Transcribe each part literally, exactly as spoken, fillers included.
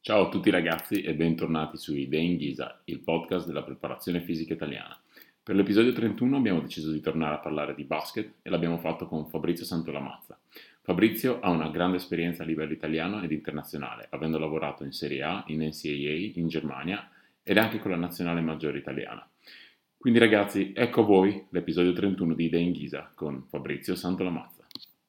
Ciao a tutti ragazzi e bentornati su Idee in Ghisa, il podcast della preparazione fisica italiana. Per l'episodio trentuno abbiamo deciso di tornare a parlare di basket e l'abbiamo fatto con Fabrizio Santolamazza. Fabrizio ha una grande esperienza a livello italiano ed internazionale, avendo lavorato in Serie A, in N C A A, in Germania ed anche con la nazionale maggiore italiana. Quindi ragazzi, ecco a voi l'episodio trentuno di Idee in Ghisa con Fabrizio Santolamazza.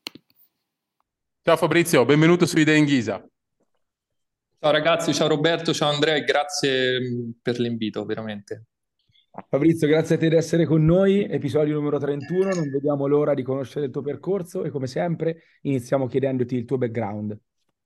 Ciao Fabrizio, benvenuto su Idee in Ghisa. Ciao ragazzi, ciao Roberto, ciao Andrea e grazie mh, per l'invito, veramente. Fabrizio, grazie a te di essere con noi, episodio numero trentuno, non vediamo l'ora di conoscere il tuo percorso e come sempre iniziamo chiedendoti il tuo background.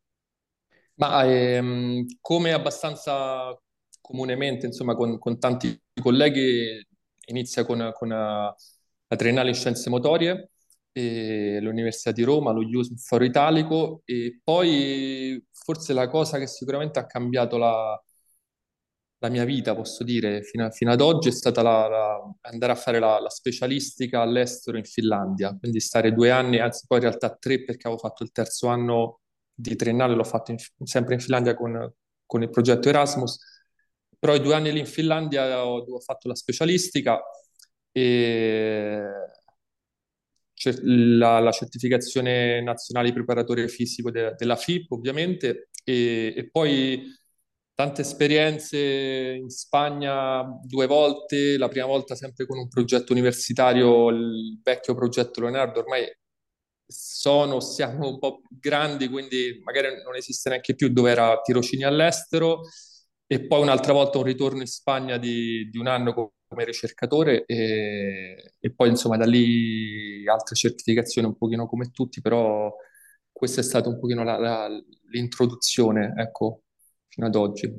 Ma ehm, come abbastanza comunemente, insomma, con, con tanti colleghi, inizia con, con eh, la triennale in scienze motorie e l'Università di Roma, lo I U S M Foro Italico, e poi forse la cosa che sicuramente ha cambiato la la mia vita, posso dire, fino, a- fino ad oggi è stata la- la- andare a fare la, la specialistica all'estero in Finlandia, quindi stare due anni, anzi poi in realtà tre perché avevo fatto il terzo anno di triennale, l'ho fatto in- sempre in Finlandia con, con il progetto Erasmus, però i due anni lì in Finlandia ho, ho fatto la specialistica e cer- la, la certificazione nazionale di preparatore fisico de- della F I P, ovviamente, e, e poi tante esperienze in Spagna due volte, la prima volta sempre con un progetto universitario, il vecchio progetto Leonardo, ormai sono, siamo un po' più grandi, quindi magari non esiste neanche più, dove era tirocini all'estero, e poi un'altra volta un ritorno in Spagna di, di un anno co- come ricercatore e, e poi insomma da lì altre certificazioni un pochino come tutti, però questa è stata un pochino la- la- l'introduzione, ecco, fino ad oggi.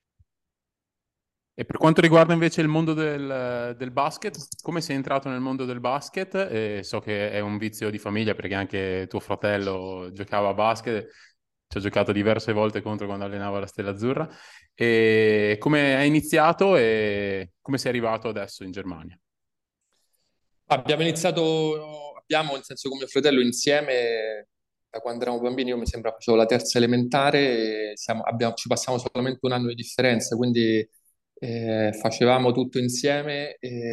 E per quanto riguarda invece il mondo del, del basket, come sei entrato nel mondo del basket? E so che è un vizio di famiglia perché anche tuo fratello giocava a basket, ci ho giocato diverse volte contro quando allenava la Stella Azzurra. E come hai iniziato e come sei arrivato adesso in Germania? Abbiamo iniziato, abbiamo, nel senso con mio fratello insieme, da quando eravamo bambini, io mi sembra facevo la terza elementare, e siamo- abbiamo- ci passiamo solamente un anno di differenza, quindi eh, facevamo tutto insieme,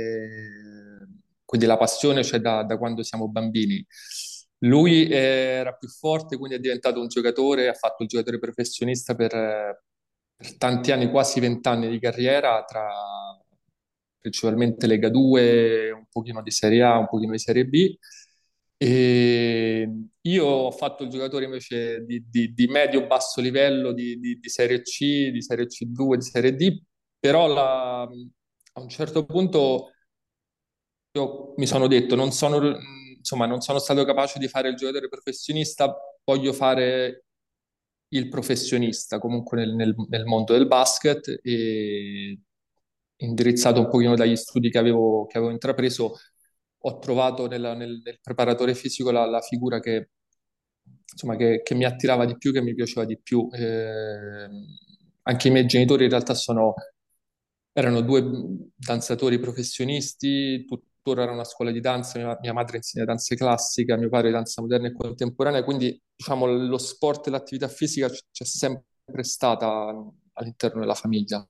e quindi la passione c'è da, da quando siamo bambini. Lui era più forte, quindi è diventato un giocatore, ha fatto il giocatore professionista per, per tanti anni, quasi vent'anni di carriera, tra principalmente Lega due, un pochino di Serie A, un pochino di Serie B. E io ho fatto il giocatore invece di, di- di medio-basso livello, di, di- di Serie C, di Serie C due, di Serie D, però la- a un certo punto io mi sono detto, non sono, insomma, non sono stato capace di fare il giocatore professionista, voglio fare il professionista comunque nel, nel- nel mondo del basket e indirizzato un pochino dagli studi che avevo, che avevo intrapreso, ho trovato nella- nel, nel preparatore fisico la, la figura che, insomma, che, che mi attirava di più, che mi piaceva di più. Eh, anche i miei genitori in realtà sono erano due danzatori professionisti, tuttora era una scuola di danza, mia, mia madre insegna danza classica, mio padre danza moderna e contemporanea, quindi diciamo lo sport e l'attività fisica c- c'è sempre stata all'interno della famiglia.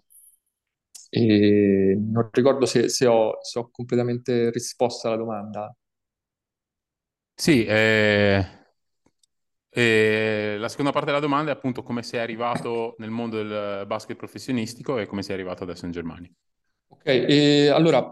E non ricordo se, se ho, se ho completamente risposto alla domanda. Sì, eh, e la seconda parte della domanda è appunto come sei arrivato nel mondo del basket professionistico e come sei arrivato adesso in Germania. Ok, e allora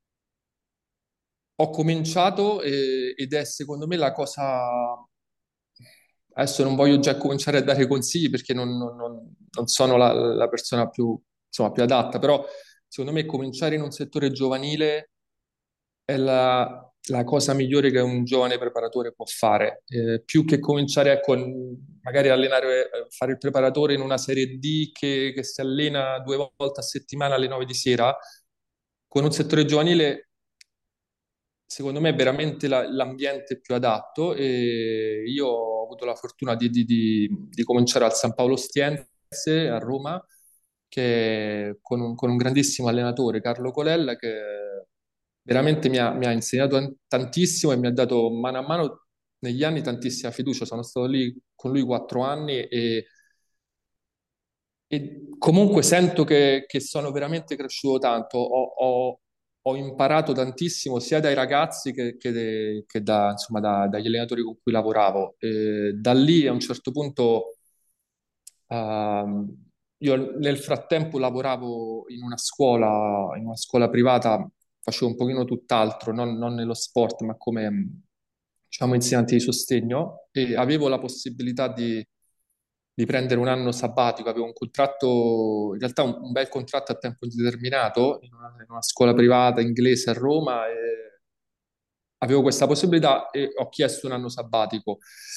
ho cominciato eh, ed è secondo me la cosa. Adesso non voglio già cominciare a dare consigli perché non, non- non- non sono la, la persona più, insomma, più adatta, però secondo me cominciare in un settore giovanile è la, la cosa migliore che un giovane preparatore può fare. Eh, più che cominciare con magari allenare, eh, fare il preparatore in una serie D che, che si allena due volte a settimana alle nove di sera, con un settore giovanile secondo me è veramente la- l'ambiente più adatto e io ho avuto la fortuna di, di- di- di cominciare al San Paolo Ostiense a Roma, che con un, con un grandissimo allenatore, Carlo Colella, che veramente mi ha, mi ha insegnato an- tantissimo e mi ha dato mano a mano negli anni tantissima fiducia. Sono stato lì con lui quattro anni e e comunque sento che, che sono veramente cresciuto tanto. Ho, ho- ho imparato tantissimo sia dai ragazzi che, che de- che da- insomma, da- dagli allenatori con cui lavoravo. E da lì a un certo punto, ehm, io nel frattempo lavoravo in una scuola, in una scuola privata, facevo un pochino tutt'altro, non, non nello sport, ma come, diciamo, insegnante di sostegno, e avevo la possibilità di di prendere un anno sabbatico. Avevo un contratto, in realtà un, un bel contratto a tempo indeterminato in una, in una scuola privata inglese a Roma, e avevo questa possibilità e ho chiesto un anno sabbatico.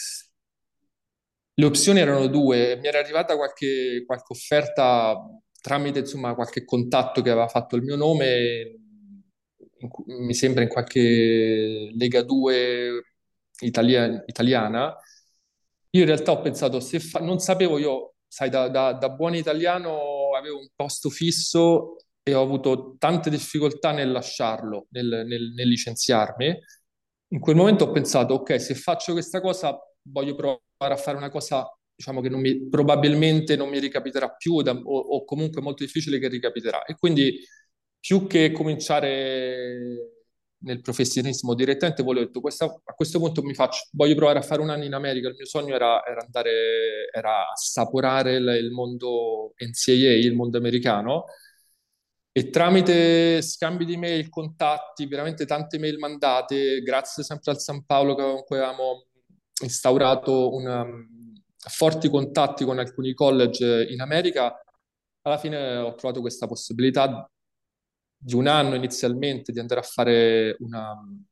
Le opzioni erano due, mi era arrivata qualche, qualche offerta tramite, insomma, qualche contatto che aveva fatto il mio nome, in cu- mi sembra in qualche Lega due italia- italiana. Io in realtà ho pensato, se fa- non sapevo io, sai, da, da- da buon italiano avevo un posto fisso e ho avuto tante difficoltà nel lasciarlo, nel, nel- nel licenziarmi. In quel momento ho pensato, ok, se faccio questa cosa, voglio provare a fare una cosa, diciamo, che non mi- probabilmente non mi ricapiterà più da- o, o comunque molto difficile che ricapiterà. E quindi più che cominciare nel professionismo direttamente, volevo detto, questa- a questo punto mi faccio, voglio provare a fare un anno in America. Il mio sogno era, era andare, era assaporare il, il mondo N C A A, il mondo americano. E tramite scambi di mail, contatti, veramente tante mail mandate, grazie sempre al San Paolo che- con cui avevamo instaurato una- forti contatti con alcuni college in America, alla fine ho trovato questa possibilità di un anno inizialmente di andare a fare una...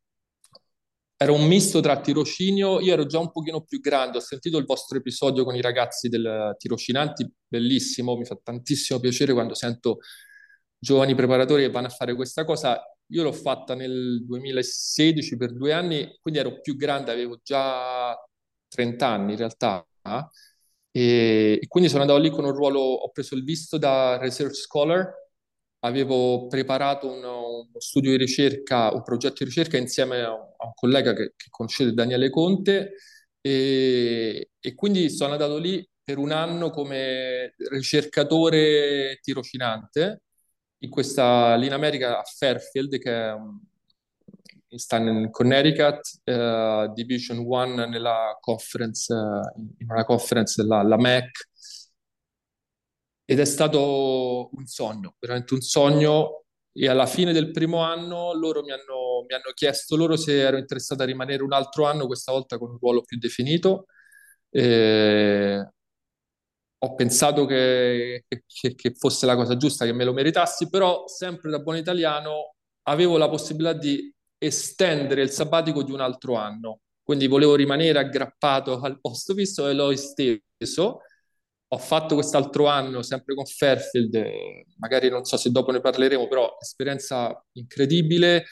Era un misto tra tirocinio, io ero già un pochino più grande, ho sentito il vostro episodio con i ragazzi del tirocinanti, bellissimo, mi fa tantissimo piacere quando sento giovani preparatori che vanno a fare questa cosa. Io l'ho fatta nel duemilasedici per due anni, quindi ero più grande, avevo già trenta anni in realtà, e, e quindi sono andato lì con un ruolo, ho preso il visto da Research Scholar, avevo preparato uno, uno studio di ricerca, un progetto di ricerca insieme a un, a un collega che, che conoscete, Daniele Conte, e, e quindi sono andato lì per un anno come ricercatore tirocinante in questa, lì in America, a Fairfield, che è un- sta in Connecticut, eh, Division uno nella conference, eh, in una conference della la M A C, ed è stato un sogno, veramente un sogno. E alla fine del primo anno loro mi hanno, mi hanno chiesto loro se ero interessato a rimanere un altro anno, questa volta con un ruolo più definito. Eh, Ho pensato che, che- che fosse la cosa giusta, che me lo meritassi, però sempre da buon italiano avevo la possibilità di estendere il sabbatico di un altro anno. Quindi volevo rimanere aggrappato al posto fisso e l'ho esteso. Ho fatto quest'altro anno sempre con Fairfield, eh, magari non so se dopo ne parleremo, però esperienza incredibile.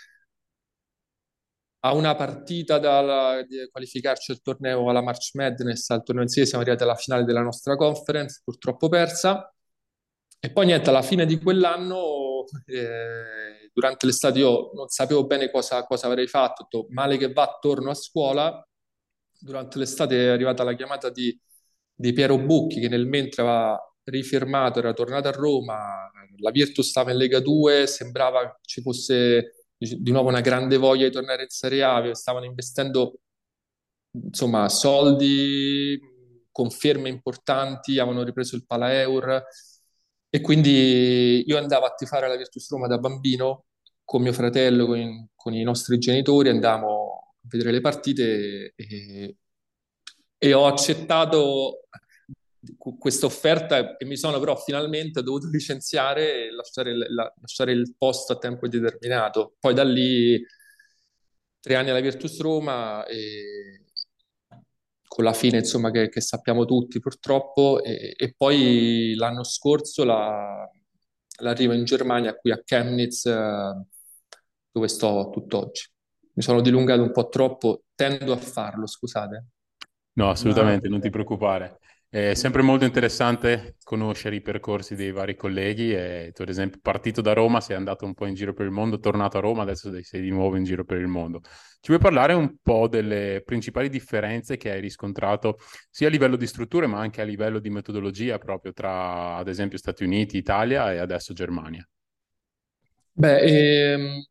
A una partita dal di qualificarci al torneo alla March Madness, al torneo in sé, siamo arrivati alla finale della nostra conference, purtroppo persa. E poi niente, alla fine di quell'anno, eh, durante l'estate, io non sapevo bene cosa, cosa avrei fatto. Ho detto, male che va, torno a scuola. Durante l'estate è arrivata la chiamata di, di Piero Bucchi, che nel mentre aveva rifirmato, era tornato a Roma, la Virtus stava in Lega due, sembrava ci fosse di nuovo una grande voglia di tornare in Serie A, stavano investendo, insomma, soldi, conferme importanti, avevano ripreso il Palaeur, e quindi io andavo a tifare la Virtus Roma da bambino con mio fratello, con i, con i nostri genitori, andavamo a vedere le partite, e, e ho accettato questa offerta e mi sono però finalmente dovuto licenziare e lasciare il, la- lasciare il posto a tempo indeterminato. Poi da lì tre anni alla Virtus Roma, e con la fine, insomma, che, che sappiamo tutti purtroppo, e, e poi l'anno scorso la- l'arrivo in Germania, qui a Chemnitz, eh, dove sto tutt'oggi. Mi sono dilungato un po' troppo, tendo a farlo, scusate. No, Ma assolutamente, non ti preoccupare. È sempre molto interessante conoscere i percorsi dei vari colleghi e tu, ad esempio, partito da Roma, sei andato un po' in giro per il mondo, tornato a Roma, adesso sei di nuovo in giro per il mondo. Ci vuoi parlare un po' delle principali differenze che hai riscontrato sia a livello di strutture, ma anche a livello di metodologia, proprio tra, ad esempio, Stati Uniti, Italia e adesso Germania? Beh, ehm,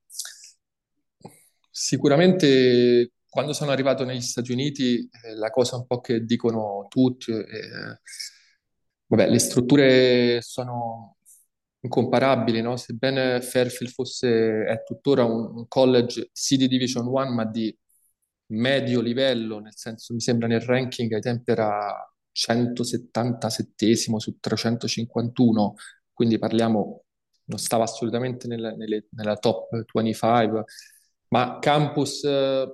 sicuramente quando sono arrivato negli Stati Uniti, eh, la cosa un po' che dicono tutti, eh, vabbè, le strutture sono incomparabili, no? Sebbene Fairfield fosse, è tuttora un, un college sì di Division uno, ma di medio livello, nel senso, mi sembra nel ranking ai tempi era centosettantasettesimo su trecentocinquantuno, quindi parliamo, non stava assolutamente nella, nelle- nella top venticinque, ma campus eh,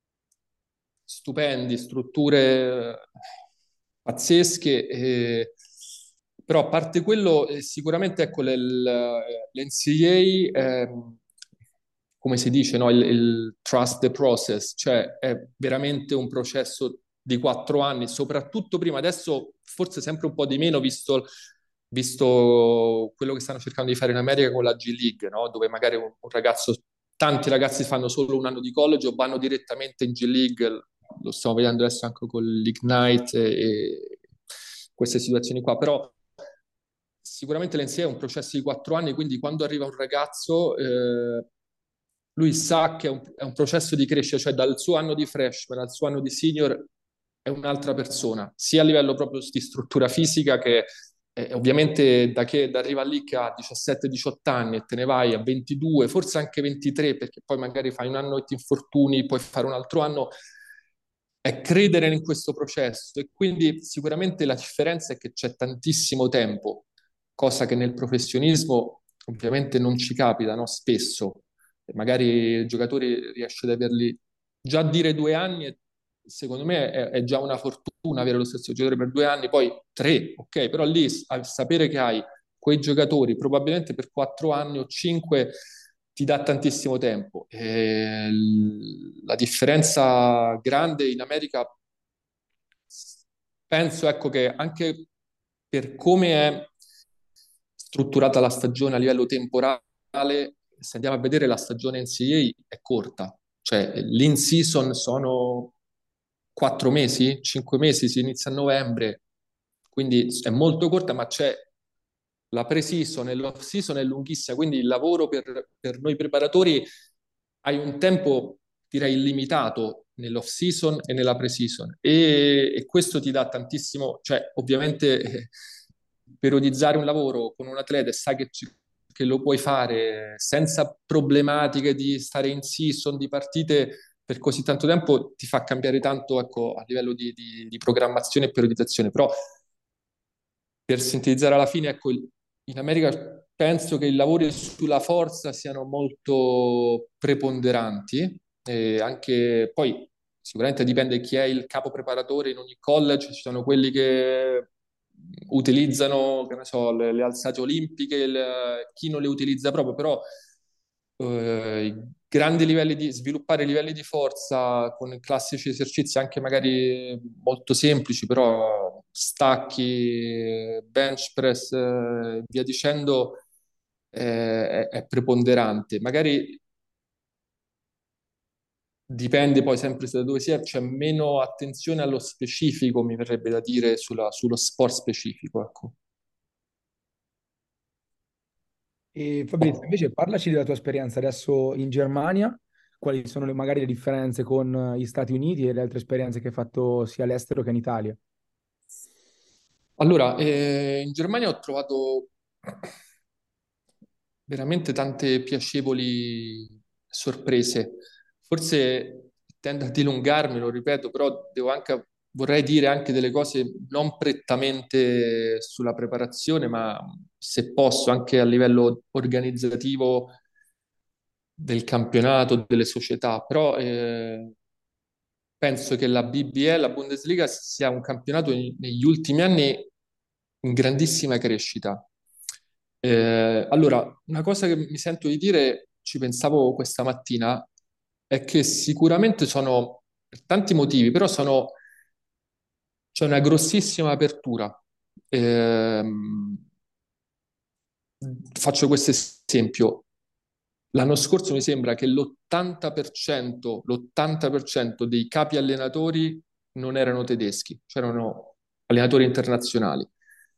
stupendi, strutture eh, pazzesche, eh, però a parte quello, eh, sicuramente ecco, l'N C A, ehm, come si dice, no? Il, il trust the process, cioè è veramente un processo di quattro anni, soprattutto prima, adesso forse sempre un po' di meno, visto, visto quello che stanno cercando di fare in America con la G League, no? Dove magari un, un ragazzo, tanti ragazzi fanno solo un anno di college o vanno direttamente in G League, lo stiamo vedendo adesso anche con l'Ignite e, e queste situazioni qua, però sicuramente l'N C A è un processo di quattro anni, quindi quando arriva un ragazzo, eh, lui sa che è un, è un processo di crescita, cioè dal suo anno di freshman al suo anno di senior è un'altra persona, sia a livello proprio di struttura fisica che eh, ovviamente da che da arriva lì che ha diciassette diciotto anni e te ne vai a ventidue, forse anche ventitré, perché poi magari fai un anno e ti infortuni, puoi fare un altro anno, è credere in questo processo e quindi sicuramente la differenza è che c'è tantissimo tempo, cosa che nel professionismo ovviamente non ci capita, no? Spesso. E magari il giocatore riesce ad averli già a dire due anni, e secondo me è, è già una fortuna avere lo stesso giocatore per due anni, poi tre, ok, però lì a sapere che hai quei giocatori probabilmente per quattro anni o cinque ti dà tantissimo tempo. E l- la differenza grande in America, penso ecco che anche per come è strutturata la stagione a livello temporale, se andiamo a vedere la stagione N C A è corta, cioè l'in season sono quattro mesi, cinque mesi, si inizia a novembre, quindi è molto corta, ma c'è la pre-season e l'off-season è lunghissima, quindi il lavoro per, per noi preparatori hai un tempo, direi, illimitato nell'off-season e nella pre-season e, e questo ti dà tantissimo, cioè ovviamente eh, periodizzare un lavoro con un atleta e sai che, ci- che lo puoi fare senza problematiche di stare in season, di partite per così tanto tempo ti fa cambiare tanto, ecco, a livello di, di- di programmazione e periodizzazione. Però per sintetizzare alla fine, ecco, il- in America penso che i lavori sulla forza siano molto preponderanti, e anche poi sicuramente dipende chi è il capo preparatore in ogni college, ci sono quelli che utilizzano, che ne so, le, le alzate olimpiche, il- chi non le utilizza proprio, però eh, i grandi livelli di sviluppare livelli di forza con classici esercizi anche magari molto semplici, però stacchi, bench press, eh, via dicendo, eh, è, è preponderante. Magari dipende poi sempre da dove si è, c'è meno attenzione allo specifico, mi verrebbe da dire, sulla- sullo sport specifico, ecco. E Fabrizio, invece parlaci della tua esperienza adesso in Germania, quali sono le- magari le differenze con eh, gli Stati Uniti e le altre esperienze che hai fatto sia all'estero che in Italia. Allora, eh, in Germania ho trovato veramente tante piacevoli sorprese. Forse tendo a dilungarmi, lo ripeto, però devo anche, vorrei dire anche delle cose non prettamente sulla preparazione, ma se posso anche a livello organizzativo del campionato, delle società. Però eh, penso che la B B L, la Bundesliga, sia un campionato in- negli ultimi anni in grandissima crescita. Eh, allora, una cosa che mi sento di dire, ci pensavo questa mattina, è che sicuramente sono, per tanti motivi, però sono c'è una grossissima apertura. Ehm, Faccio questo esempio. L'anno scorso mi sembra che l'ottanta per cento, l'ottanta per cento dei capi allenatori non erano tedeschi, c'erano allenatori internazionali.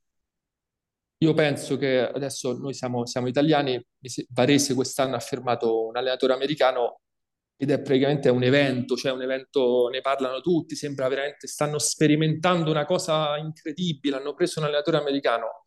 Io penso che adesso noi siamo, siamo italiani, mi se- Varese quest'anno ha firmato un allenatore americano ed è praticamente un evento, cioè un evento, ne parlano tutti, sembra veramente, stanno sperimentando una cosa incredibile, hanno preso un allenatore americano.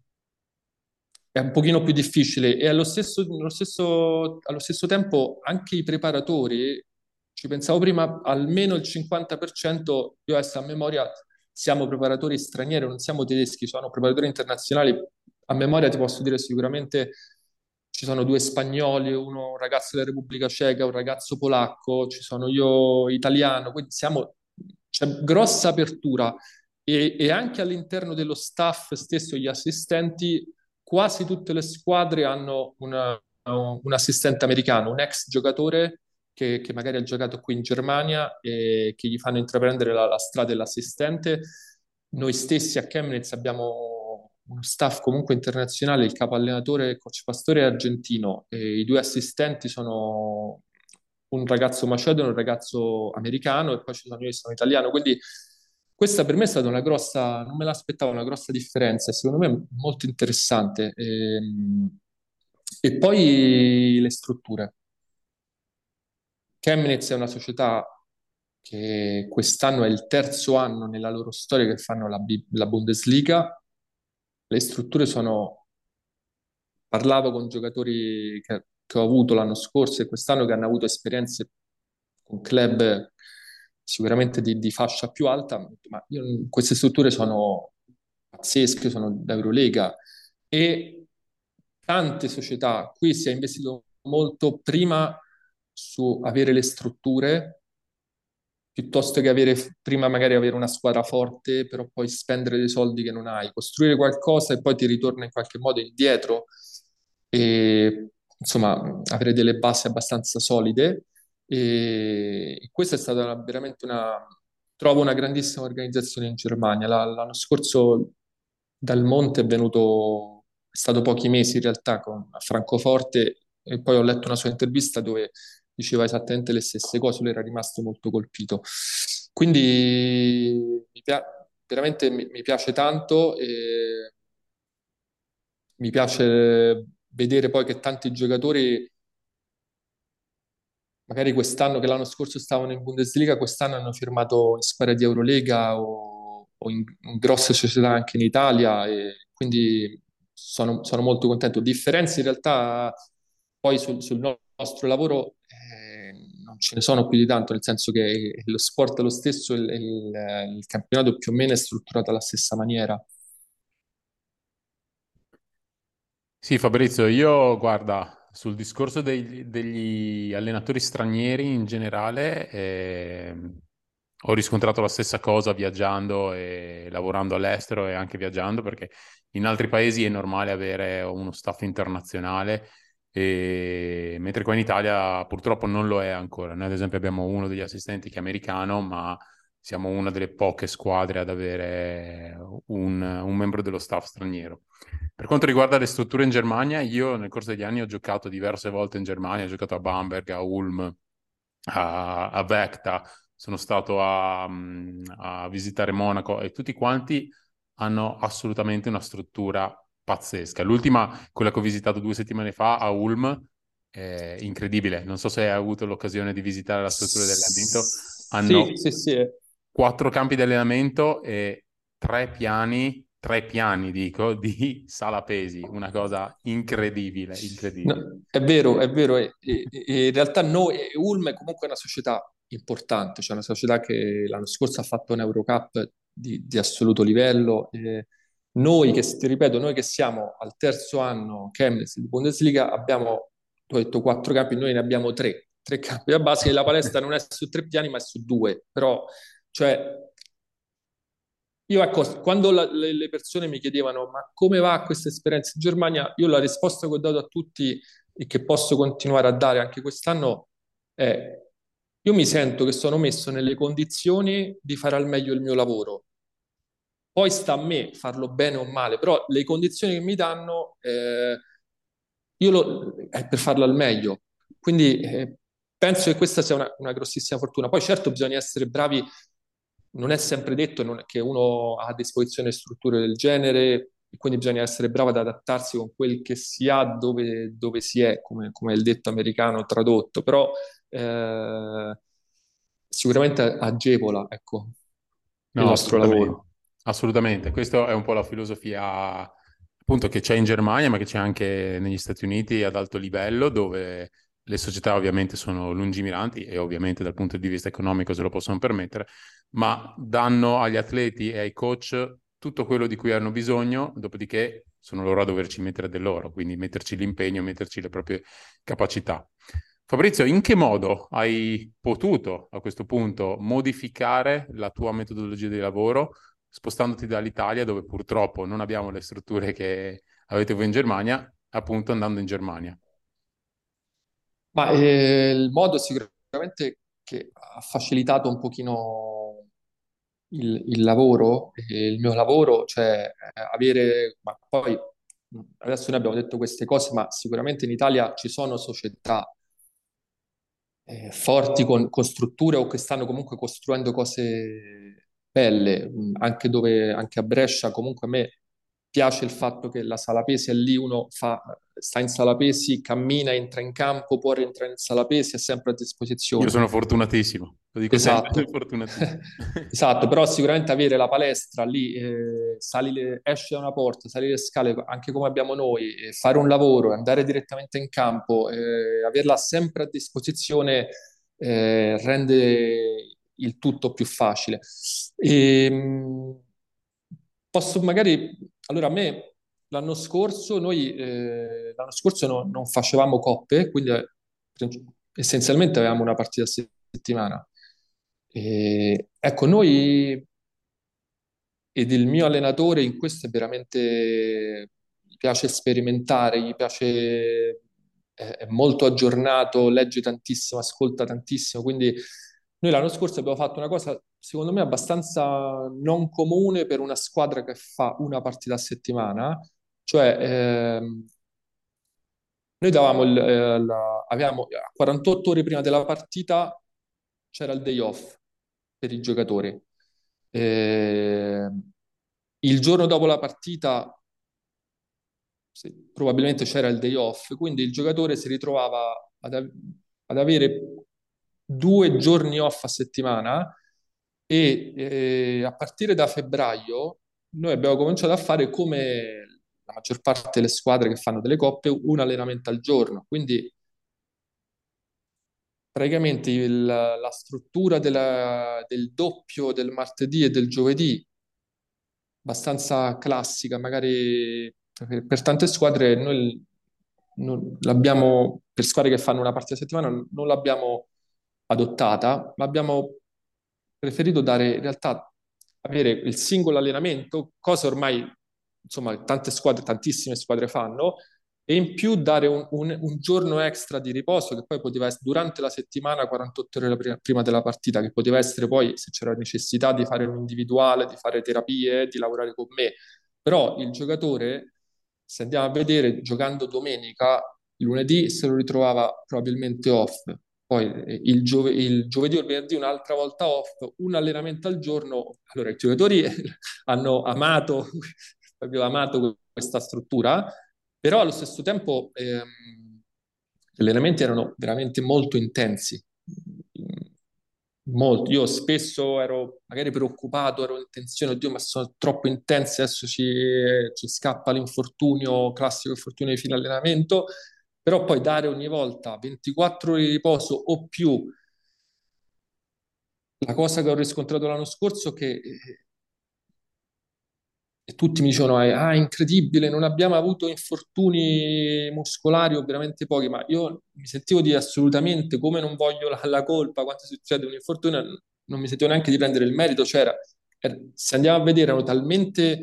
È un pochino più difficile e allo stesso, allo stesso, allo stesso tempo anche i preparatori, ci pensavo prima, almeno il cinquanta per cento, io adesso a memoria, siamo preparatori stranieri, non siamo tedeschi, sono preparatori internazionali. A memoria ti posso dire sicuramente ci sono due spagnoli, uno un ragazzo della Repubblica Ceca, un ragazzo polacco, ci sono io italiano, quindi siamo, c'è grossa apertura e, e anche all'interno dello staff stesso, gli assistenti, quasi tutte le squadre hanno una- un assistente americano, un ex giocatore che, che magari ha giocato qui in Germania e che gli fanno intraprendere la, la strada dell'assistente. Noi stessi a Chemnitz abbiamo uno staff comunque internazionale, il capo allenatore, coach Pastore è argentino e i due assistenti sono un ragazzo macedono e un ragazzo americano e poi ci sono io che sono italiano, quindi questa per me è stata una grossa, non me l'aspettavo, una grossa differenza e secondo me è molto interessante. Ehm, E, poi le strutture. Chemnitz è una società che quest'anno è il terzo anno nella loro storia che fanno la, B- la Bundesliga. Le strutture sono... Parlavo con giocatori che, che ho avuto l'anno scorso e quest'anno che hanno avuto esperienze con club sicuramente di, di fascia più alta, ma io- queste strutture sono pazzesche, sono d'Eurolega e tante società, qui si è investito molto prima su avere le strutture piuttosto che avere prima magari avere una squadra forte, però poi spendere dei soldi che non hai, costruire qualcosa e poi ti ritorna in qualche modo indietro e insomma avere delle basi abbastanza solide. E, e questa è stata una- veramente una, trovo una grandissima organizzazione in Germania. La- l'anno scorso dal Monte è venuto, è stato pochi mesi in realtà con, a Francoforte e poi ho letto una sua intervista dove diceva esattamente le stesse cose, lui era rimasto molto colpito. Quindi mi pia- veramente mi, mi piace tanto e mi piace vedere poi che tanti giocatori, magari quest'anno che l'anno scorso stavano in Bundesliga, quest'anno hanno firmato in squadre di Eurolega o, o in, in grosse società anche in Italia e quindi sono, sono molto contento. Differenze in realtà poi sul, sul nostro lavoro eh, non ce ne sono più di tanto, nel senso che lo sport è lo stesso, il, il- il campionato più o meno è strutturato alla stessa maniera. Sì, Fabrizio, io guarda, sul discorso dei- degli allenatori stranieri in generale, ehm, ho riscontrato la stessa cosa viaggiando e lavorando all'estero e anche viaggiando, perché in altri paesi è normale avere uno staff internazionale, e- mentre qua in Italia purtroppo non lo è ancora. Noi ad esempio abbiamo uno degli assistenti che è americano, ma siamo una delle poche squadre ad avere un un membro dello staff straniero. Per quanto riguarda le strutture in Germania, io nel corso degli anni ho giocato diverse volte in Germania, ho giocato a Bamberg, a Ulm, a, a Vechta, sono stato a, mm, a visitare Monaco e tutti quanti hanno assolutamente una struttura pazzesca. L'ultima, quella che ho visitato due settimane fa a Ulm, è incredibile. Non so se hai avuto l'occasione di visitare la struttura di allenamento. Hanno Sì, sì, sì. quattro campi di allenamento e tre piani, tre piani dico, di sala pesi, una cosa incredibile, incredibile. No, è vero, è vero, e, e- e in realtà noi, e Ulm è comunque una società importante, cioè una società che l'anno scorso ha fatto un Eurocup di, di assoluto livello. E noi che, ti ripeto, noi che siamo al terzo anno Chemnitz di Bundesliga abbiamo, tu hai detto quattro campi, noi ne abbiamo tre, tre campi da base, e la palestra non è su tre piani ma è su due, però cioè io ecco, quando la- le, le persone mi chiedevano ma come va questa esperienza in Germania, io la risposta che ho dato a tutti e che posso continuare a dare anche quest'anno è io mi sento che sono messo nelle condizioni di fare al meglio il mio lavoro Poi sta a me farlo bene o male, però le condizioni che mi danno, eh, io lo, è per farlo al meglio. Quindi eh, penso che questa sia una, una grossissima fortuna. Poi certo bisogna essere bravi, non è sempre detto non è che uno ha a disposizione strutture del genere, e quindi bisogna essere bravo ad adattarsi con quel che si ha dove, dove si è, come, come il detto americano tradotto, però eh, sicuramente agevola, ecco, il No, nostro assolutamente, lavoro. assolutamente. Questa è un po' la filosofia appunto che c'è in Germania, ma che c'è anche negli Stati Uniti ad alto livello, dove le società ovviamente sono lungimiranti e ovviamente dal punto di vista economico se lo possono permettere, ma danno agli atleti e ai coach tutto quello di cui hanno bisogno, dopodiché sono loro a doverci mettere del loro, quindi metterci l'impegno, metterci le proprie capacità. Fabrizio, in che modo hai potuto a questo punto modificare la tua metodologia di lavoro spostandoti dall'Italia, dove purtroppo non abbiamo le strutture che avete voi in Germania, appunto andando in Germania? Ma eh, il modo sicuramente che ha facilitato un pochino il, il lavoro, eh, il mio lavoro, cioè eh, avere, ma poi mh, adesso noi abbiamo detto queste cose, ma sicuramente in Italia ci sono società eh, forti con, con strutture o che stanno comunque costruendo cose belle, mh, anche dove, anche a Brescia, comunque a me piace il fatto che la sala pesi è lì, uno fa, sta in sala pesi, cammina, entra in campo, può rientrare in sala pesi, è sempre a Io disposizione. sono fortunatissimo, lo dico sempre, sono Esatto, fortunatissimo. esatto, però sicuramente avere la palestra lì, eh, sali le- esci da una porta, sali le scale, anche come abbiamo noi, eh, fare un lavoro, andare direttamente in campo, eh, averla sempre a disposizione, eh, rende il tutto più facile. E, mh, posso magari, allora a me l'anno scorso, noi eh, l'anno scorso no- non facevamo coppe, quindi eh, essenzialmente avevamo una partita a settimana. E, ecco, noi ed il mio allenatore in questo è veramente, gli piace sperimentare, gli piace, è, è molto aggiornato, legge tantissimo, ascolta tantissimo, quindi noi l'anno scorso abbiamo fatto una cosa, secondo me, abbastanza non comune per una squadra che fa una partita a settimana, cioè ehm, noi davamo il, eh, la- avevamo a quarantotto ore prima della partita c'era il day off per i giocatori. Eh, il giorno dopo la partita sì, probabilmente c'era il day off, quindi il giocatore si ritrovava ad, av- ad avere due giorni off a settimana e eh, a partire da febbraio noi abbiamo cominciato a fare come la maggior parte delle squadre che fanno delle coppe, un allenamento al giorno. Quindi praticamente il- la struttura della- del doppio del martedì e del giovedì abbastanza classica, magari per, per tante squadre noi non l'abbiamo, per squadre che fanno una partita a settimana, non l'abbiamo adottata, ma abbiamo preferito dare in realtà avere il singolo allenamento, cosa ormai insomma tante squadre, tantissime squadre fanno, e in più dare un, un- un giorno extra di riposo che poi poteva essere durante la settimana, quarantotto ore prima prima della partita, che poteva essere poi, se c'era necessità, di fare un individuale, di fare terapie, di lavorare con me. Però il giocatore, se andiamo a vedere, giocando domenica, il lunedì se lo ritrovava probabilmente off, poi eh, il, giove- il giovedì o il venerdì un'altra volta off, un allenamento al giorno. Allora, i giocatori hanno amato, proprio amato questa struttura, però allo stesso tempo ehm, gli allenamenti erano veramente molto intensi. Molto. Io spesso ero magari preoccupato, ero in tensione, oddio, ma sono troppo intensi, adesso ci, ci scappa l'infortunio, classico infortunio di fine allenamento, però poi dare ogni volta ventiquattro ore di riposo o più. La cosa che ho riscontrato l'anno scorso è che eh, e tutti mi dicevano, eh, ah, incredibile, non abbiamo avuto infortuni muscolari o veramente pochi, ma io mi sentivo di assolutamente, come non voglio la, la colpa quando succede un infortunio, non mi sentivo neanche di prendere il merito, c'era, era- se andiamo a vedere, erano talmente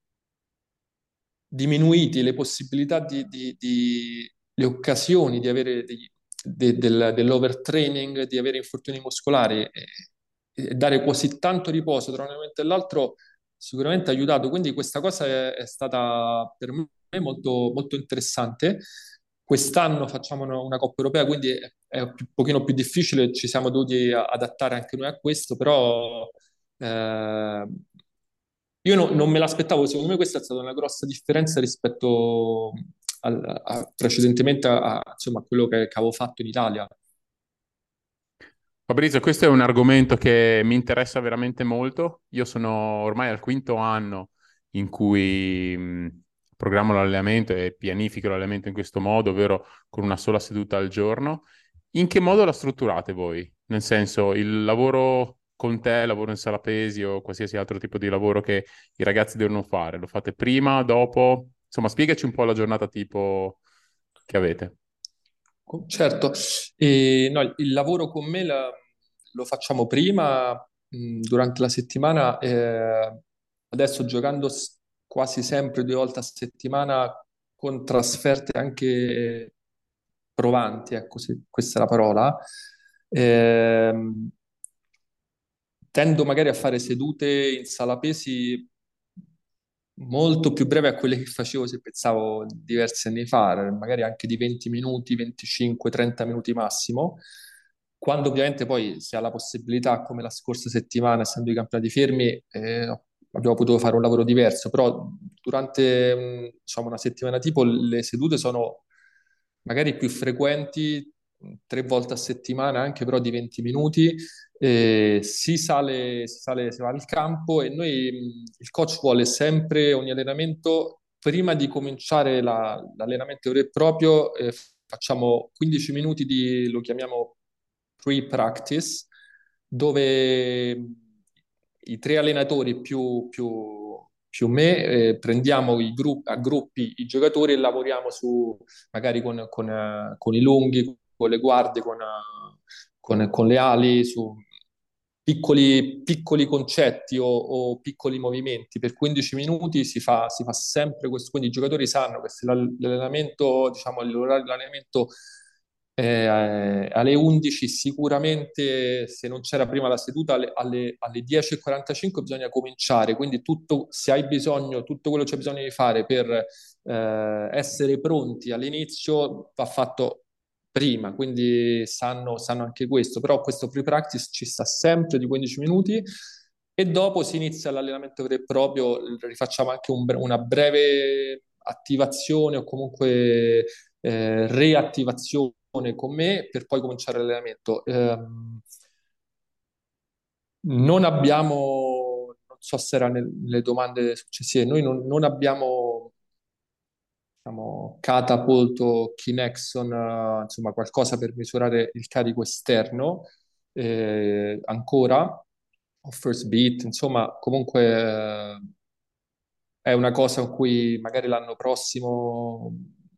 diminuiti le possibilità di, di- di- le occasioni di avere degli- de- del- dell'overtraining, di avere infortuni muscolari e, e dare così tanto riposo tra un momento e l'altro sicuramente ha aiutato, quindi questa cosa è, è stata per me molto, molto interessante. Quest'anno facciamo una, una Coppa Europea, quindi è, è un pochino più difficile, ci siamo dovuti a- adattare anche noi a questo, però eh, io no- non me l'aspettavo, secondo me questa è stata una grossa differenza rispetto al- a- precedentemente a, a- insomma, a quello che, che avevo fatto in Italia. Fabrizio, questo è un argomento che mi interessa veramente molto. Io sono ormai al quinto anno in cui mh, programmo l'allenamento e pianifico l'allenamento in questo modo, ovvero con una sola seduta al giorno. In che modo la strutturate voi? Nel senso, il lavoro con te, lavoro in sala pesi o qualsiasi altro tipo di lavoro che i ragazzi devono fare, lo fate prima, dopo? Insomma, spiegaci un po' la giornata tipo che avete. Certo, e, no, il il lavoro con me la- lo facciamo prima, mh, durante la settimana, eh, adesso giocando s- quasi sempre due volte a settimana con trasferte anche provanti, ecco, se questa è la parola. Ehm, Tendo magari a fare sedute in sala pesi molto più brevi a quelle che facevo se pensavo diversi anni fa, magari anche di venti minuti, venticinque, trenta minuti massimo, quando ovviamente poi si ha la possibilità, come la scorsa settimana, essendo i campionati fermi, eh, abbiamo potuto fare un lavoro diverso, però durante mh, diciamo, una settimana tipo le sedute sono magari più frequenti, mh, tre volte a settimana, anche però di venti minuti, eh, si sale, si sale, si va al campo e noi, mh, il coach vuole sempre ogni allenamento, prima di cominciare la- l'allenamento vero e proprio, eh, facciamo quindici minuti di, lo chiamiamo pre-practice, dove mh, i tre allenatori più, più- più me, eh, prendiamo i gruppi, a gruppi i giocatori e lavoriamo su, magari con, con, eh, con i lunghi, con le guardie, con, eh, con- con le ali, su piccoli, piccoli concetti o, o piccoli movimenti. Per quindici minuti si fa, si fa sempre questo, quindi i giocatori sanno che se l'all- l'allenamento, diciamo, l'orario dell'allenamento è alle undici, sicuramente se non c'era prima la seduta, alle, alle, alle dieci e quarantacinque bisogna cominciare, quindi tutto, se hai bisogno, tutto quello che c'è bisogno di fare per eh, essere pronti all'inizio va fatto prima, quindi sanno, sanno anche questo, però questo pre-practice ci sta sempre di quindici minuti e dopo si inizia l'allenamento vero e proprio, rifacciamo anche un bre- una breve attivazione o comunque eh, reattivazione con me per poi cominciare l'allenamento. Ehm, non abbiamo, non so se era nelle domande successive, noi non, non abbiamo diciamo, Catapult o Kinexon, eh, insomma qualcosa per misurare il carico esterno eh, ancora, o First Beat, insomma comunque eh, è una cosa con cui magari l'anno prossimo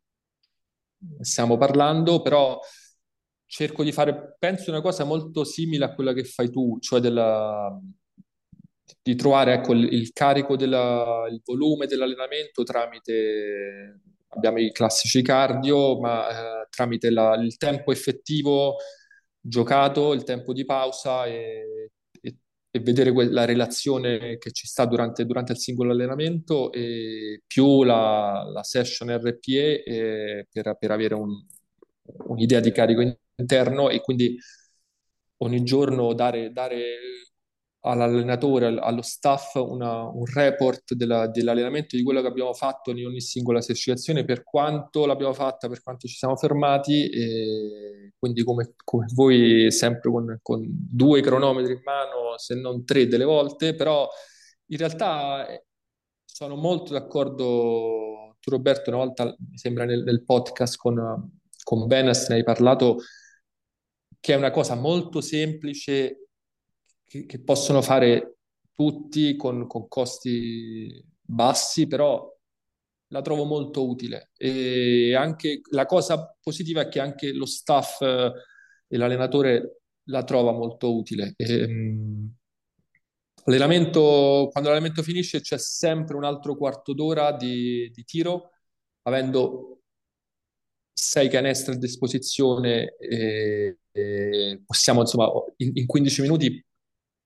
stiamo parlando, però cerco di fare, penso, una cosa molto simile a quella che fai tu, cioè della, di trovare ecco, il, il carico, della, il volume dell'allenamento tramite, abbiamo i classici cardio, ma eh, tramite la- il tempo effettivo giocato, il tempo di pausa e, e- e vedere que- la relazione che ci sta durante, durante il singolo allenamento e più la, la session R P E eh, per, per avere un- un'idea di carico interno e quindi ogni giorno dare, dare all'allenatore, al- allo staff una- un report della- dell'allenamento di quello che abbiamo fatto in ogni singola esercitazione, per quanto l'abbiamo fatta, per quanto ci siamo fermati, e quindi come, come voi sempre con, con due cronometri in mano, se non tre delle volte, però in realtà eh, sono molto d'accordo. Tu Roberto, una volta mi sembra nel, nel podcast con, con Benes ne hai parlato che è una cosa molto semplice che, che possono fare tutti con, con costi bassi, però la trovo molto utile. E anche la cosa positiva è che anche lo staff eh, e l'allenatore la trova molto utile. Ehm, Allenamento, quando l'allenamento finisce c'è sempre un altro quarto d'ora di, di tiro, avendo sei canestri a disposizione e, e possiamo insomma in, in quindici minuti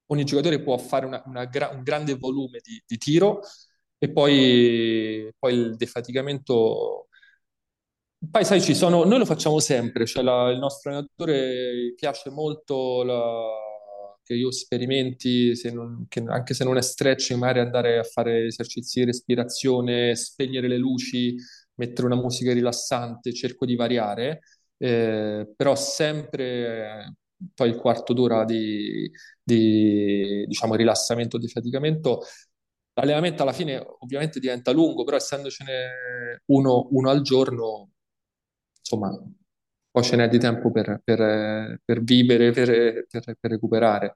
ogni giocatore può fare una- una gra- un grande volume di, di tiro e poi, poi il defaticamento. Poi sai, ci sono, noi lo facciamo sempre, cioè la- il nostro allenatore piace molto la- che io sperimenti, se non- che anche se non è stretching, magari andare a fare esercizi di respirazione, spegnere le luci, mettere una musica rilassante, cerco di variare, eh, però sempre eh, poi il quarto d'ora di, di, diciamo, rilassamento o defaticamento. L'allenamento alla fine ovviamente diventa lungo, però essendocene uno, uno al giorno, insomma, poi ce n'è di tempo per, per- per vivere, per, per- per recuperare.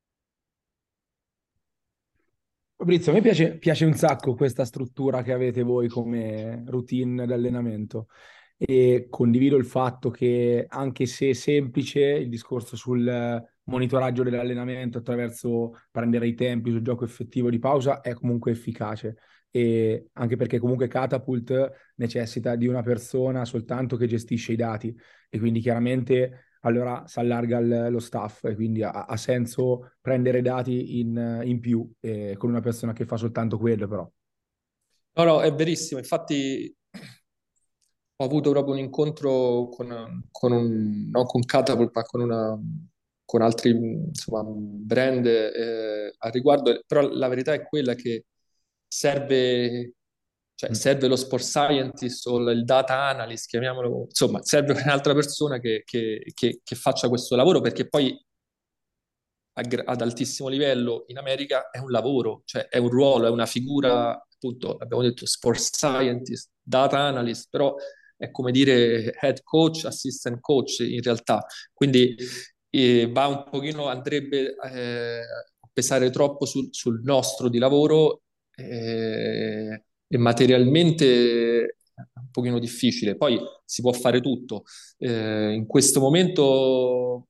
Fabrizio, a me piace, piace un sacco questa struttura che avete voi come routine d'allenamento e condivido il fatto che anche se è semplice il discorso sul monitoraggio dell'allenamento attraverso prendere i tempi sul gioco effettivo di pausa è comunque efficace e anche perché comunque Catapult necessita di una persona soltanto che gestisce i dati e quindi chiaramente allora si allarga il- lo staff e quindi ha, ha senso prendere dati in, in più eh, con una persona che fa soltanto quello, però. No, no, è verissimo. Infatti ho avuto proprio un incontro con, con un, non con Catapult, ma con, una, con altri insomma, brand eh, al riguardo, però la verità è quella che serve, cioè, Mm. serve lo sport scientist o il data analyst, chiamiamolo, insomma, serve un'altra persona che, che- che- che faccia questo lavoro, perché poi a gra- ad altissimo livello in America è un lavoro, cioè è un ruolo, è una figura, appunto, abbiamo detto sport scientist, data analyst, però è come dire head coach, assistant coach in realtà. Quindi eh, va un pochino, andrebbe eh, a pesare troppo sul, sul nostro di lavoro eh, e materialmente è un pochino difficile. Poi si può fare tutto. Eh, in questo momento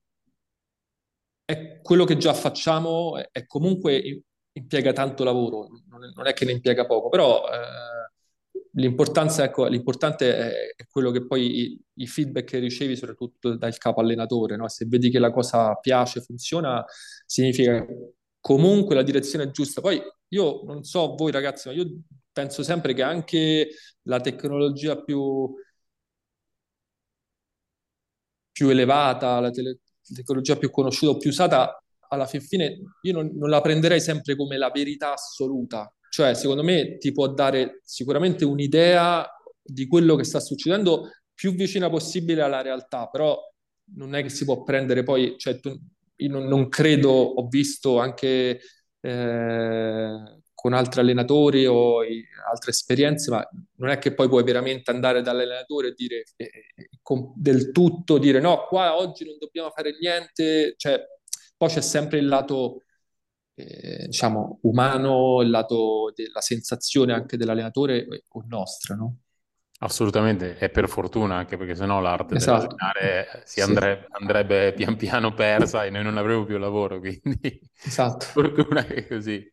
è quello che già facciamo, è, è comunque impiega tanto lavoro, non è, non è che ne impiega poco, però eh, l'importanza, ecco, l'importante è, è quello che poi i, i feedback che ricevi, soprattutto dal capo allenatore, no? Se vedi che la cosa piace, funziona, significa comunque la direzione è giusta. Poi io non so voi ragazzi, ma io penso sempre che anche la tecnologia più più elevata, la tele- tecnologia più conosciuta o più usata, alla fin fine io non, non la prenderei sempre come la verità assoluta. Cioè, secondo me ti può dare sicuramente un'idea di quello che sta succedendo più vicina possibile alla realtà, però non è che si può prendere poi, cioè, tu- io non, non credo, ho visto anche eh, con altri allenatori o i- altre esperienze, ma non è che poi puoi veramente andare dall'allenatore e dire eh, eh, con- del tutto, dire no, qua oggi non dobbiamo fare niente, cioè, poi c'è sempre il lato, eh, diciamo, umano, il lato della sensazione anche dell'allenatore eh, o nostra, no? Assolutamente, e per fortuna, anche perché sennò l'arte Esatto, dell'allenare si sì, andre- andrebbe pian piano persa e noi non avremmo più lavoro, quindi esatto, fortuna che è così.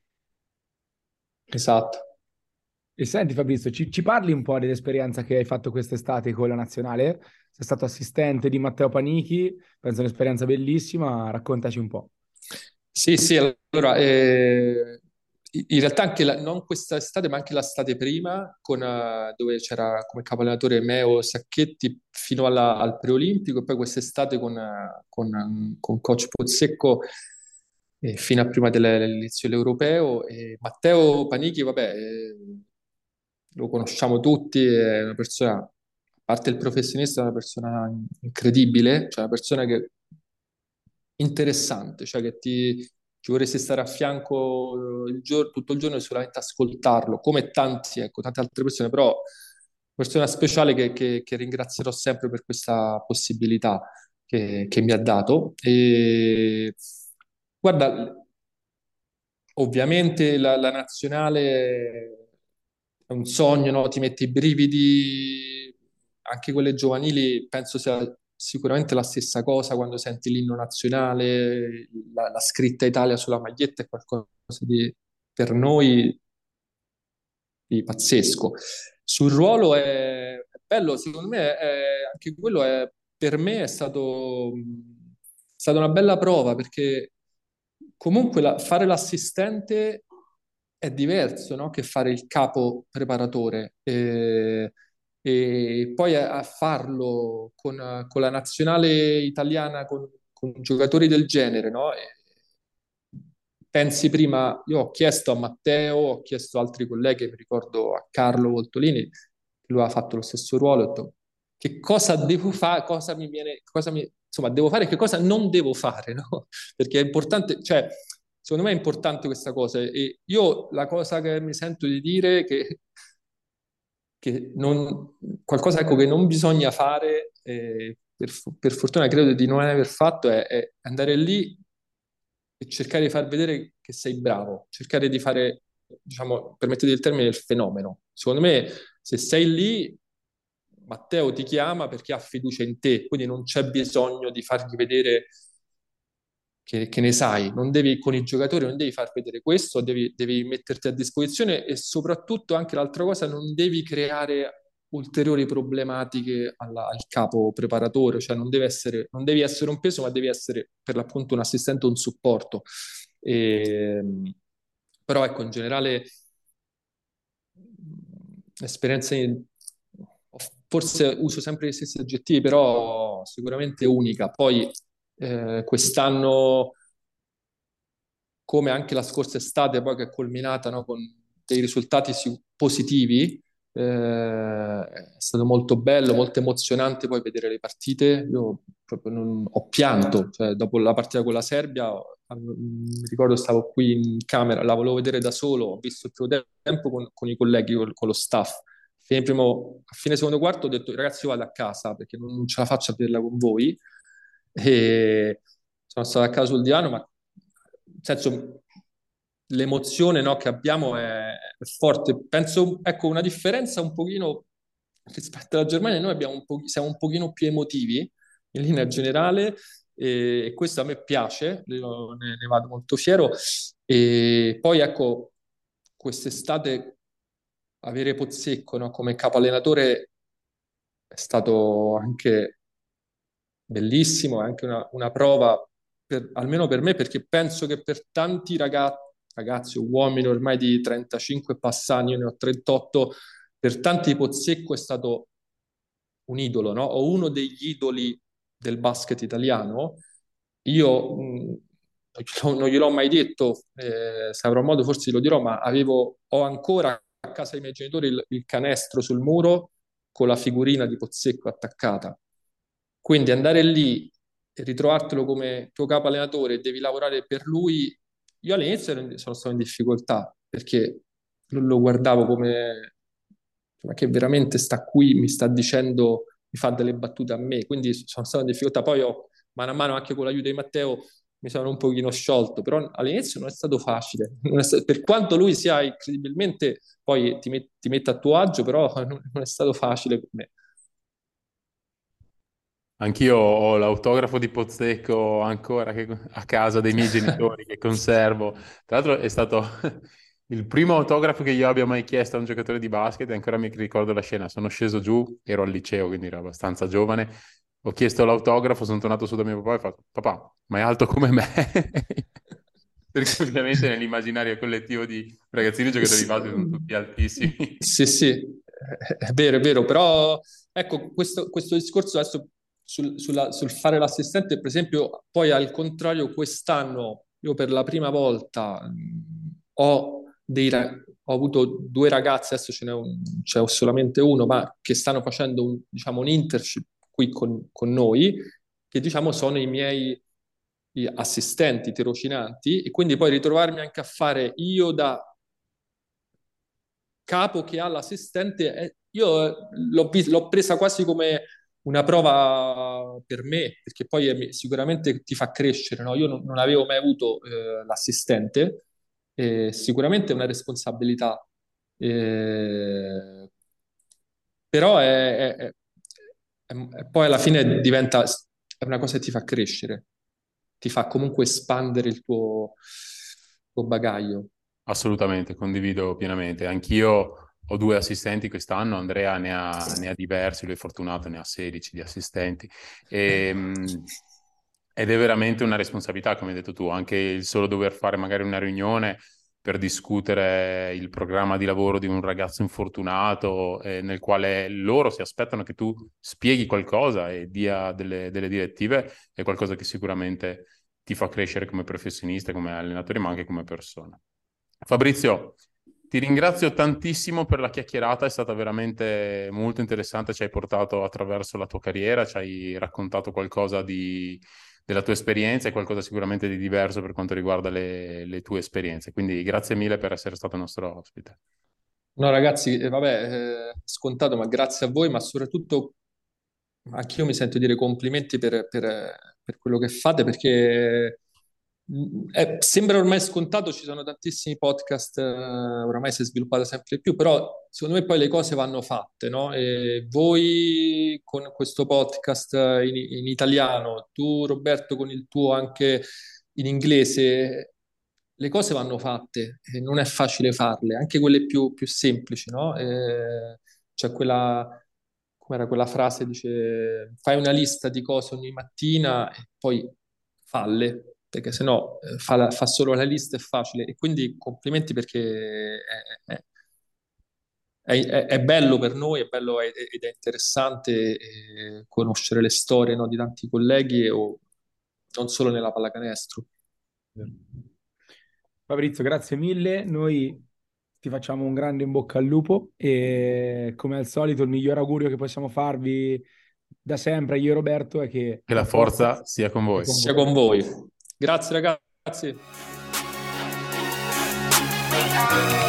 esatto. E senti Fabrizio, ci, ci parli un po' dell'esperienza che hai fatto quest'estate con la nazionale? Sei stato assistente di Matteo Panichi, penso un'esperienza bellissima, raccontaci un po'. Sì, sì, allora, eh, in realtà anche la- non questa estate, ma anche l'estate prima, con, eh, dove c'era come capo allenatore Meo Sacchetti fino alla- al preolimpico, e poi quest'estate con, eh, con, eh, con coach Pozzecco eh, fino a prima delle- dell'inizio dell'Europeo. E Matteo Panichi, vabbè, eh, lo conosciamo tutti, è una persona, a parte il professionista, è una persona incredibile, cioè una persona che interessante, cioè che ti, ci vorresti stare a fianco il gior- tutto il giorno e solamente ascoltarlo, come tanti, ecco, tante altre persone, però persona speciale che, che- che ringrazierò sempre per questa possibilità che, che mi ha dato. E, guarda, ovviamente la, la nazionale è un sogno, no? Ti mette i brividi, anche quelle giovanili, penso sia sicuramente la stessa cosa quando senti l'inno nazionale, la, la scritta Italia sulla maglietta è qualcosa di, per noi di pazzesco. Sul ruolo è, è bello, secondo me è- anche quello è, per me è stato, è stata una bella prova perché comunque la- fare l'assistente è diverso, no? Che fare il capo preparatore. E, e poi a, a farlo con, con la nazionale italiana, con, con giocatori del genere, no? E pensi prima, io ho chiesto a Matteo, ho chiesto a altri colleghi, mi ricordo a Carlo Voltolini, che lui ha fatto lo stesso ruolo, ho detto, che cosa devo fare, cosa mi viene, cosa mi, insomma, devo fare, che cosa non devo fare, no? Perché è importante, cioè, secondo me è importante questa cosa. E io la cosa che mi sento di dire è che, che non, qualcosa ecco, che non bisogna fare, eh, per, per fortuna credo di non aver fatto, è, è andare lì e cercare di far vedere che sei bravo, cercare di fare, diciamo, permettete il termine, il fenomeno. Secondo me, se sei lì, Matteo ti chiama perché ha fiducia in te, quindi non c'è bisogno di fargli vedere che, che ne sai, non devi, con i giocatori non devi far vedere questo, devi, devi metterti a disposizione e soprattutto anche l'altra cosa, non devi creare ulteriori problematiche alla- al capo preparatore, cioè non deve essere, non devi essere un peso, ma devi essere per l'appunto un assistente o un supporto. E, però ecco, in generale, esperienze, in- forse uso sempre gli stessi aggettivi, però sicuramente unica. Poi eh, quest'anno, come anche la scorsa estate, poi che è culminata, no, con dei risultati si- positivi, eh, è stato molto bello, molto emozionante poi vedere le partite. Io proprio non- ho pianto, cioè, dopo la partita con la Serbia, ho- mi ricordo stavo qui in camera, la volevo vedere da solo, ho visto il primo tempo con, con i colleghi, con, con lo staff. Fine primo- a fine secondo quarto ho detto, ragazzi, io vado a casa perché non, non ce la faccio a vederla con voi. E sono stato a casa sul divano, ma nel senso, l'emozione, no, che abbiamo è, è forte. Penso, ecco, una differenza un pochino rispetto alla Germania, noi abbiamo un po', siamo un pochino più emotivi in linea generale e, e questo a me piace, io ne, ne vado molto fiero. E poi ecco, quest'estate avere Pozzecco, no, come capo allenatore è stato anche bellissimo, è anche una, una prova, per- almeno per me, perché penso che per tanti ragazzi, ragazzi, uomini ormai di trentacinque passati, io ne ho trentotto, per tanti Pozzecco è stato un idolo, no? O uno degli idoli del basket italiano. Io mh, non gliel'ho mai detto, eh, se avrò modo forse lo dirò, ma avevo, ho ancora a casa dei miei genitori il, il canestro sul muro con la figurina di Pozzecco attaccata. Quindi andare lì e ritrovartelo come tuo capo allenatore e devi lavorare per lui, io all'inizio ero- sono stato in difficoltà perché lo lo guardavo come ma che veramente sta qui, mi sta dicendo, mi fa delle battute a me, quindi sono stato in difficoltà. Poi ho, mano a mano, anche con l'aiuto di Matteo, mi sono un pochino sciolto, però all'inizio non è stato facile. Non è sta- per quanto lui sia incredibilmente, poi ti, met- ti mette a tuo agio, però non, non è stato facile per me. Anch'io ho l'autografo di Pozzecco ancora che- a casa dei miei genitori che conservo. Tra l'altro è stato il primo autografo che io abbia mai chiesto a un giocatore di basket e ancora mi ricordo la scena. Sono sceso giù, ero al liceo, quindi ero abbastanza giovane. Ho chiesto l'autografo, sono tornato su da mio papà e ho fatto, papà, ma è alto come me? Perché ovviamente nell'immaginario collettivo di ragazzini i giocatori di Sì, basket sono tutti altissimi. sì, sì, è vero, è vero, però ecco, questo, questo discorso adesso sul, sulla- sul fare l'assistente, per esempio, poi al contrario, quest'anno io per la prima volta mh, ho, dei, ra- ho avuto due ragazzi, adesso ce n'è un- c'è solamente uno, ma che stanno facendo un, diciamo, un internship qui con, con noi, che diciamo sono i miei i assistenti tirocinanti, e quindi poi ritrovarmi anche a fare io da capo che ha l'assistente, eh, io eh, l'ho vis- l'ho presa quasi come una prova per me, perché poi eh, sicuramente ti fa crescere, no? Io non, non avevo mai avuto eh, l'assistente, e sicuramente è una responsabilità, eh, però è, è- è- è- poi alla fine diventa è una cosa che ti fa crescere, ti fa comunque espandere il tuo, tuo bagaglio. Assolutamente, condivido pienamente. Anch'io ho due assistenti quest'anno, Andrea ne ha, ne ha diversi, lui è fortunato, ne ha sedici di assistenti. E, mh, ed è veramente una responsabilità, come hai detto tu, anche il solo dover fare magari una riunione per discutere il programma di lavoro di un ragazzo infortunato, eh, nel quale loro si aspettano che tu spieghi qualcosa e dia delle, delle direttive, è qualcosa che sicuramente ti fa crescere come professionista, come allenatore, ma anche come persona. Fabrizio, ti ringrazio tantissimo per la chiacchierata, è stata veramente molto interessante, ci hai portato attraverso la tua carriera, ci hai raccontato qualcosa di della tua esperienza e qualcosa sicuramente di diverso per quanto riguarda le, le tue esperienze. Quindi grazie mille per essere stato nostro ospite. No, ragazzi, eh, vabbè, eh, scontato, ma grazie a voi, ma soprattutto anch'io mi sento dire complimenti per, per- per quello che fate, perché mh, è- sembra ormai scontato, ci sono tantissimi podcast, eh, oramai si è sviluppato sempre di più, però secondo me poi le cose vanno fatte, no? E voi con questo podcast eh, in, in italiano, tu Roberto con il tuo anche in inglese, le cose vanno fatte e non è facile farle, anche quelle più, più semplici, no? Eh, c'è quella, com'era quella frase, dice, fai una lista di cose ogni mattina e poi falle, perché sennò eh, fa, la- fa solo la lista è facile. E quindi complimenti perché è, è- è- è- è bello per noi, è bello ed ed è interessante eh, conoscere le storie, no, di tanti colleghi e- o non solo nella pallacanestro. Fabrizio, grazie mille. Noi ti facciamo un grande in bocca al lupo e come al solito il miglior augurio che possiamo farvi da sempre, io e Roberto, è che Che la la forza forza sia con sia voi. con Sia voi. con voi. Grazie ragazzi.